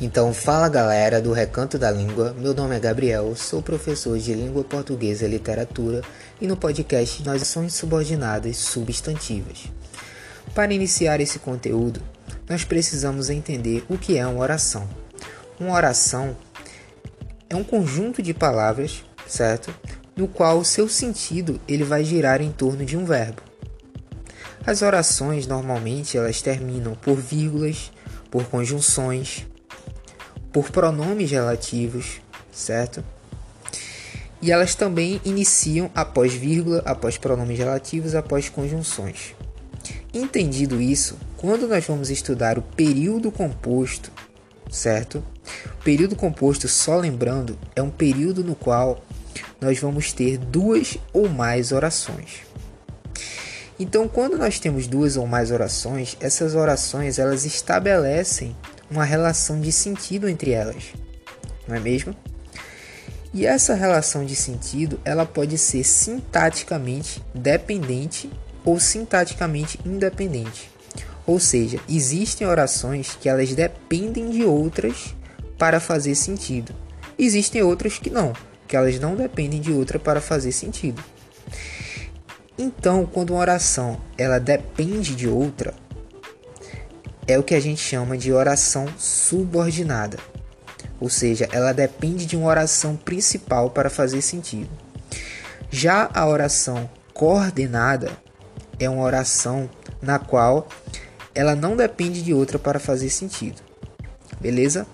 Então fala galera do Recanto da Língua, meu nome é Gabriel, sou professor de Língua Portuguesa e Literatura e no podcast nós somos subordinadas substantivas. Para iniciar esse conteúdo, nós precisamos entender o que é uma oração. Uma oração é um conjunto de palavras, certo? No qual o seu sentido ele vai girar em torno de um verbo. As orações normalmente elas terminam por vírgulas, por conjunções, por pronomes relativos, certo? E elas também iniciam após vírgula, após pronomes relativos, após conjunções. Entendido isso, quando nós vamos estudar o período composto, certo? O período composto, só lembrando, é um período no qual nós vamos ter duas ou mais orações. Então, quando nós temos duas ou mais orações, essas orações elas estabelecem uma relação de sentido entre elas, não é mesmo? E essa relação de sentido ela pode ser sintaticamente dependente ou sintaticamente independente. Ou seja, existem orações que elas dependem de outras para fazer sentido. Existem outras que não, que elas não dependem de outra para fazer sentido. Então, quando uma oração ela depende de outra, é o que a gente chama de oração subordinada. Ou seja, ela depende de uma oração principal para fazer sentido. Já a oração coordenada é uma oração na qual ela não depende de outra para fazer sentido. Beleza?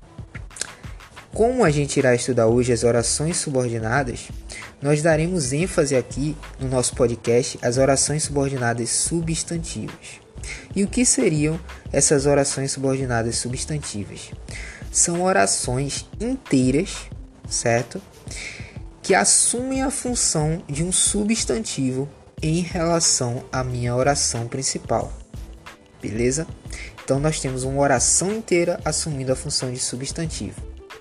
Como a gente irá estudar hoje as orações subordinadas, nós daremos ênfase aqui no nosso podcast às orações subordinadas substantivas. E o que seriam essas orações subordinadas substantivas? São orações inteiras, certo? Que assumem a função de um substantivo em relação à minha oração principal. Beleza? Então nós temos uma oração inteira assumindo a função de substantivo.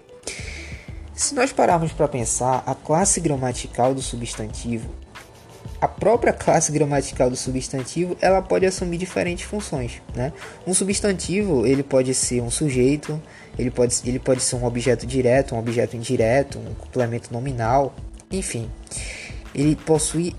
Se nós pararmos para pensar, a classe gramatical do substantivo, a própria classe gramatical do substantivo, ela pode assumir diferentes funções, né? Um substantivo, ele pode ser um sujeito, ele pode ser um objeto direto, um objeto indireto, um complemento nominal, enfim. Ele possui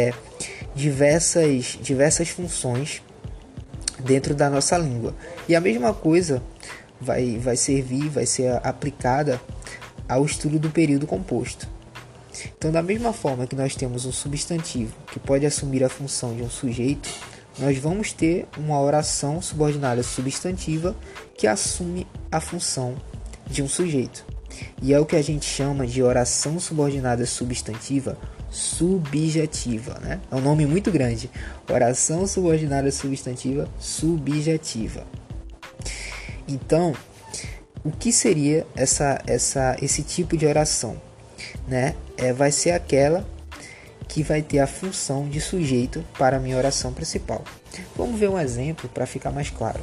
diversas funções dentro da nossa língua. E a mesma coisa vai ser aplicada ao estudo do período composto. Então, da mesma forma que nós temos um substantivo que pode assumir a função de um sujeito, nós vamos ter uma oração subordinada substantiva que assume a função de um sujeito. E é o que a gente chama de oração subordinada substantiva subjetiva, né? É um nome muito grande. Oração subordinada substantiva subjetiva. Então, o que seria esse tipo de oração? Né? Vai ser aquela que vai ter a função de sujeito para a minha oração principal. Vamos ver um exemplo para ficar mais claro.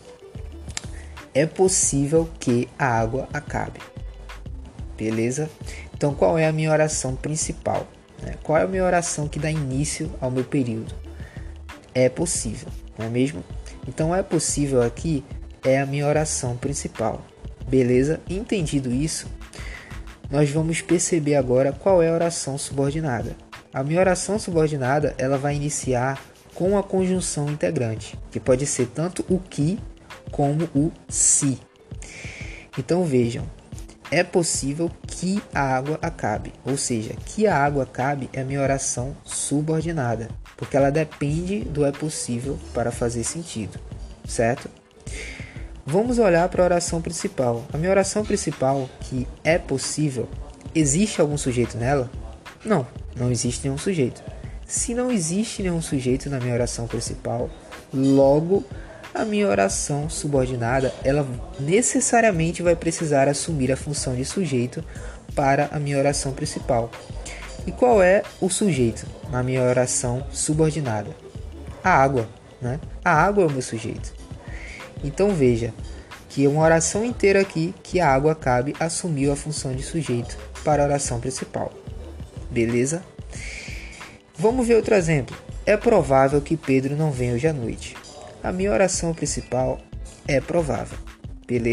É possível que a água acabe. Beleza? Então, qual é a minha oração principal? Qual é a minha oração que dá início ao meu período? É possível, não é mesmo? Então, é possível aqui é a minha oração principal. Beleza? Entendido isso, nós vamos perceber agora qual é a oração subordinada. A minha oração subordinada ela vai iniciar com a conjunção integrante, que pode ser tanto o que como o se. Então vejam, é possível que a água acabe, ou seja, que a água acabe é a minha oração subordinada, porque ela depende do é possível para fazer sentido, certo? Vamos olhar para a oração principal. A minha oração principal, que é possível, existe algum sujeito nela? Não, não existe nenhum sujeito. Se não existe nenhum sujeito na minha oração principal, logo a minha oração subordinada, ela necessariamente vai precisar assumir a função de sujeito para a minha oração principal. E qual é o sujeito na minha oração subordinada? A água, né? A água é o meu sujeito. Então veja que uma oração inteira aqui que a água acabe assumiu a função de sujeito para a oração principal. Beleza? Vamos ver outro exemplo. É provável que Pedro não venha hoje à noite. A minha oração principal é provável. Beleza?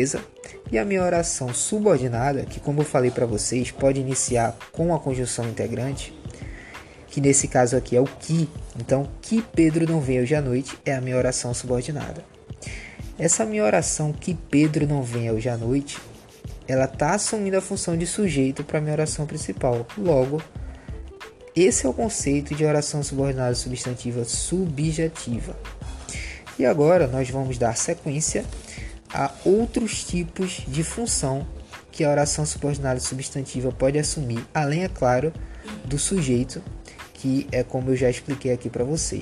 E a minha oração subordinada, que como eu falei para vocês, pode iniciar com a conjunção integrante, que nesse caso aqui é o que. Então, que Pedro não venha hoje à noite é a minha oração subordinada. Essa minha oração, que Pedro não venha hoje à noite, ela está assumindo a função de sujeito para a minha oração principal. Logo, esse é o conceito de oração subordinada substantiva subjetiva. E agora nós vamos dar sequência a outros tipos de função que a oração subordinada substantiva pode assumir, além, é claro, do sujeito, que é como eu já expliquei aqui para vocês.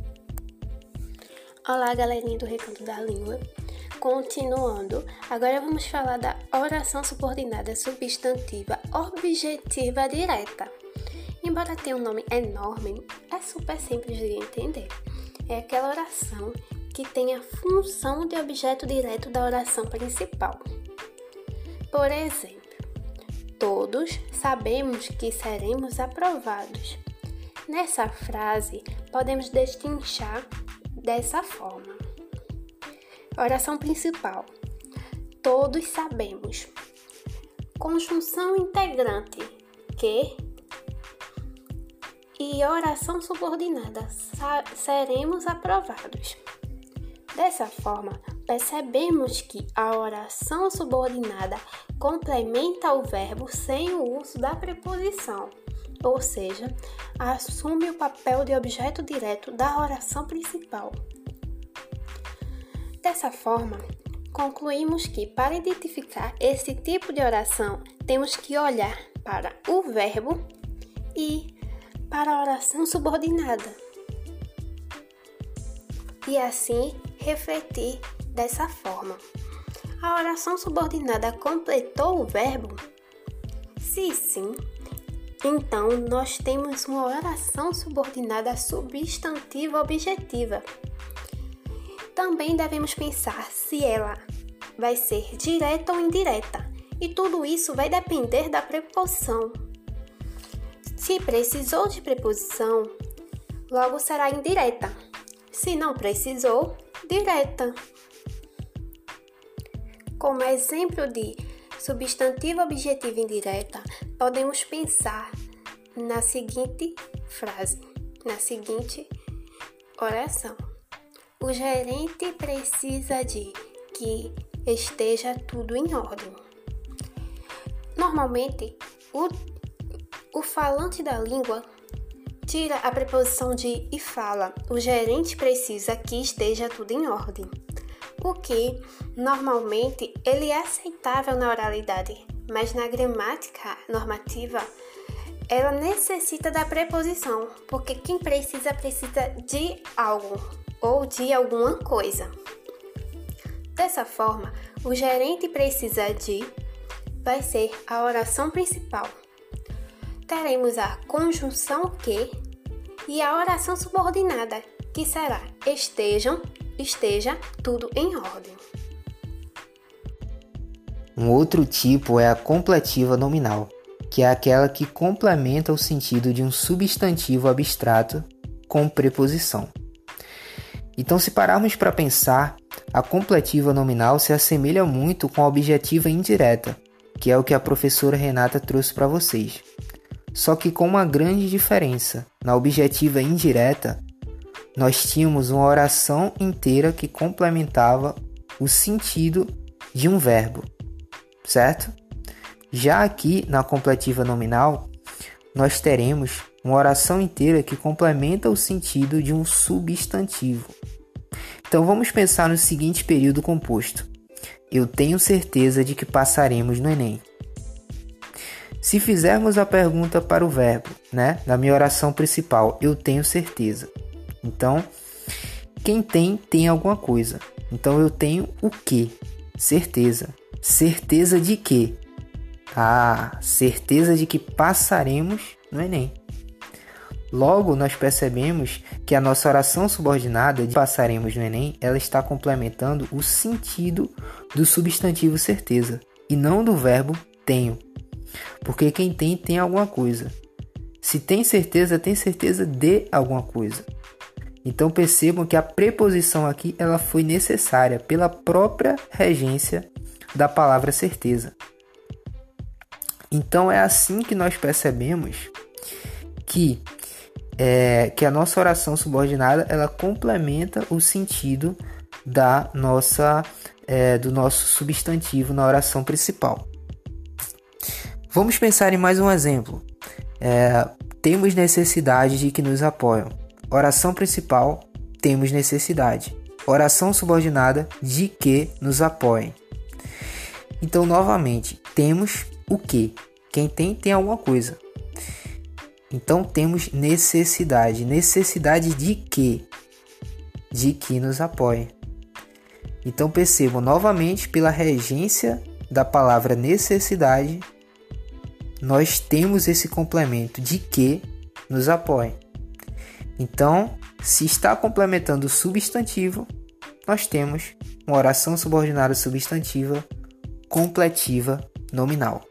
Olá, galerinha do Recanto da Língua. Continuando, agora vamos falar da oração subordinada substantiva objetiva direta. Embora tenha um nome enorme, é super simples de entender. É aquela oração que tem a função de objeto direto da oração principal. Por exemplo, todos sabemos que seremos aprovados. Nessa frase, podemos destrinchar dessa forma. Oração principal. Todos sabemos. Conjunção integrante. Que. E oração subordinada. Seremos aprovados. Dessa forma, percebemos que a oração subordinada complementa o verbo sem o uso da preposição, ou seja, assume o papel de objeto direto da oração principal. Dessa forma, concluímos que para identificar esse tipo de oração, temos que olhar para o verbo e para a oração subordinada. E assim, refletir dessa forma. A oração subordinada completou o verbo? Se sim, então nós temos uma oração subordinada substantiva objetiva. Também devemos pensar se ela vai ser direta ou indireta, e tudo isso vai depender da preposição. Se precisou de preposição, logo será indireta. Se não precisou, direta. Como exemplo de substantivo objetivo indireta, podemos pensar na seguinte frase, na seguinte oração. O gerente precisa de que esteja tudo em ordem. Normalmente, o falante da língua tira a preposição de e fala, o gerente precisa que esteja tudo em ordem, o que normalmente ele é aceitável na oralidade, mas na gramática normativa ela necessita da preposição, porque quem precisa de algo ou de alguma coisa. Dessa forma, o gerente precisa de vai ser a oração principal. Teremos a conjunção que e a oração subordinada, que será esteja tudo em ordem. Um outro tipo é a completiva nominal, que é aquela que complementa o sentido de um substantivo abstrato com preposição. Então, se pararmos para pensar, a completiva nominal se assemelha muito com a objetiva indireta, que é o que a professora Renata trouxe para vocês. Só que com uma grande diferença. Na objetiva indireta, nós tínhamos uma oração inteira que complementava o sentido de um verbo, certo? Já aqui, na completiva nominal, nós teremos uma oração inteira que complementa o sentido de um substantivo. Então, vamos pensar no seguinte período composto. Eu tenho certeza de que passaremos no Enem. Se fizermos a pergunta para o verbo, na minha oração principal, eu tenho certeza. Então, quem tem alguma coisa. Então, eu tenho o quê? Certeza. Certeza de quê? Certeza de que passaremos no Enem. Logo, nós percebemos que a nossa oração subordinada de passaremos no Enem, ela está complementando o sentido do substantivo certeza e não do verbo tenho. Porque quem tem alguma coisa. Se tem certeza de alguma coisa. Então percebam que a preposição aqui ela foi necessária pela própria regência da palavra certeza. Então é assim que nós percebemos que a nossa oração subordinada ela complementa o sentido do nosso substantivo na oração principal. Vamos pensar em mais um exemplo. Temos necessidade de que nos apoiam. Oração principal, temos necessidade. Oração subordinada, de que nos apoiem. Então, novamente, temos o que? Quem tem alguma coisa. Então, temos necessidade. Necessidade de quê? De que nos apoiem. Então, percebam novamente, pela regência da palavra necessidade, nós temos esse complemento de que nos apoiem. Então, se está complementando o substantivo, nós temos uma oração subordinada substantiva completiva nominal.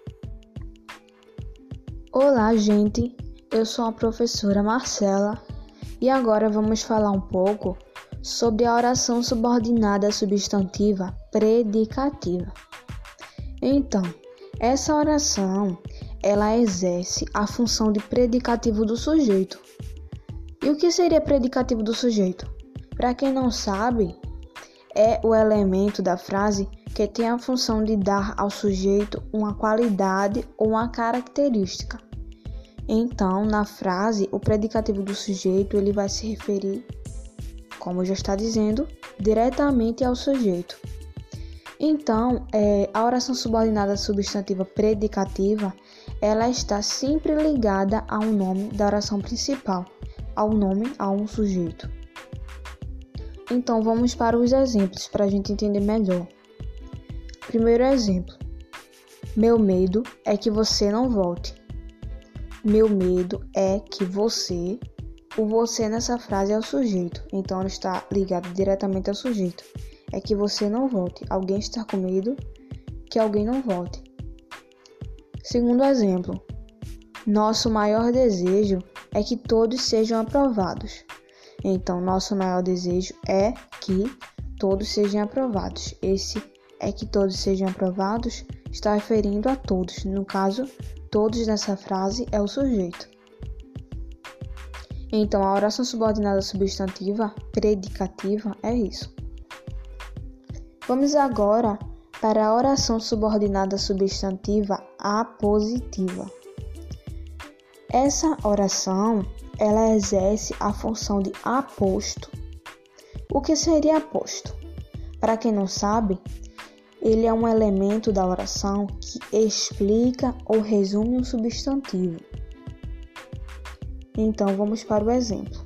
Olá, gente. Eu sou a professora Marcela e agora vamos falar um pouco sobre a oração subordinada substantiva predicativa. Então, essa oração, ela exerce a função de predicativo do sujeito. E o que seria predicativo do sujeito? Para quem não sabe, é o elemento da frase que tem a função de dar ao sujeito uma qualidade ou uma característica. Então, na frase, o predicativo do sujeito ele vai se referir, como já está dizendo, diretamente ao sujeito. Então, a oração subordinada substantiva predicativa, ela está sempre ligada ao nome da oração principal, ao nome, a um sujeito. Então, vamos para os exemplos para a gente entender melhor. Primeiro exemplo. Meu medo é que você não volte. Meu medo é que você... O você nessa frase é o sujeito, então ele está ligado diretamente ao sujeito. É que você não volte. Alguém está com medo que alguém não volte. Segundo exemplo. Nosso maior desejo é que todos sejam aprovados. Então, nosso maior desejo é que todos sejam aprovados. Esse é que todos sejam aprovados está referindo a todos. No caso, todos nessa frase é o sujeito. Então, a oração subordinada substantiva predicativa é isso. Vamos agora para a oração subordinada substantiva apositiva. Essa oração, ela exerce a função de aposto. O que seria aposto? Para quem não sabe, ele é um elemento da oração que explica ou resume um substantivo. Então, vamos para o exemplo.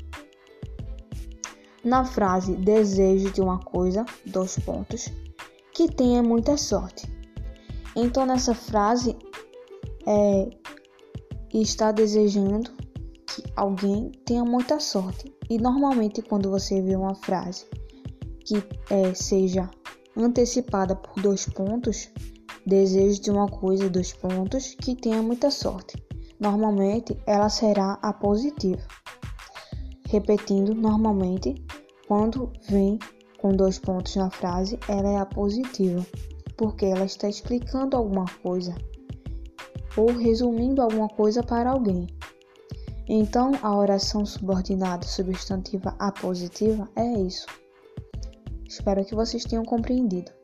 Na frase, desejo de uma coisa, que tenha muita sorte. Então, nessa frase, está desejando que alguém tenha muita sorte. E, normalmente, quando você vê uma frase que seja antecipada por 2 pontos, desejo de uma coisa, que tenha muita sorte. Normalmente, ela será apositiva. Repetindo, normalmente, quando vem com 2 pontos na frase, ela é apositiva, porque ela está explicando alguma coisa ou resumindo alguma coisa para alguém. Então, a oração subordinada substantiva apositiva é isso. Espero que vocês tenham compreendido.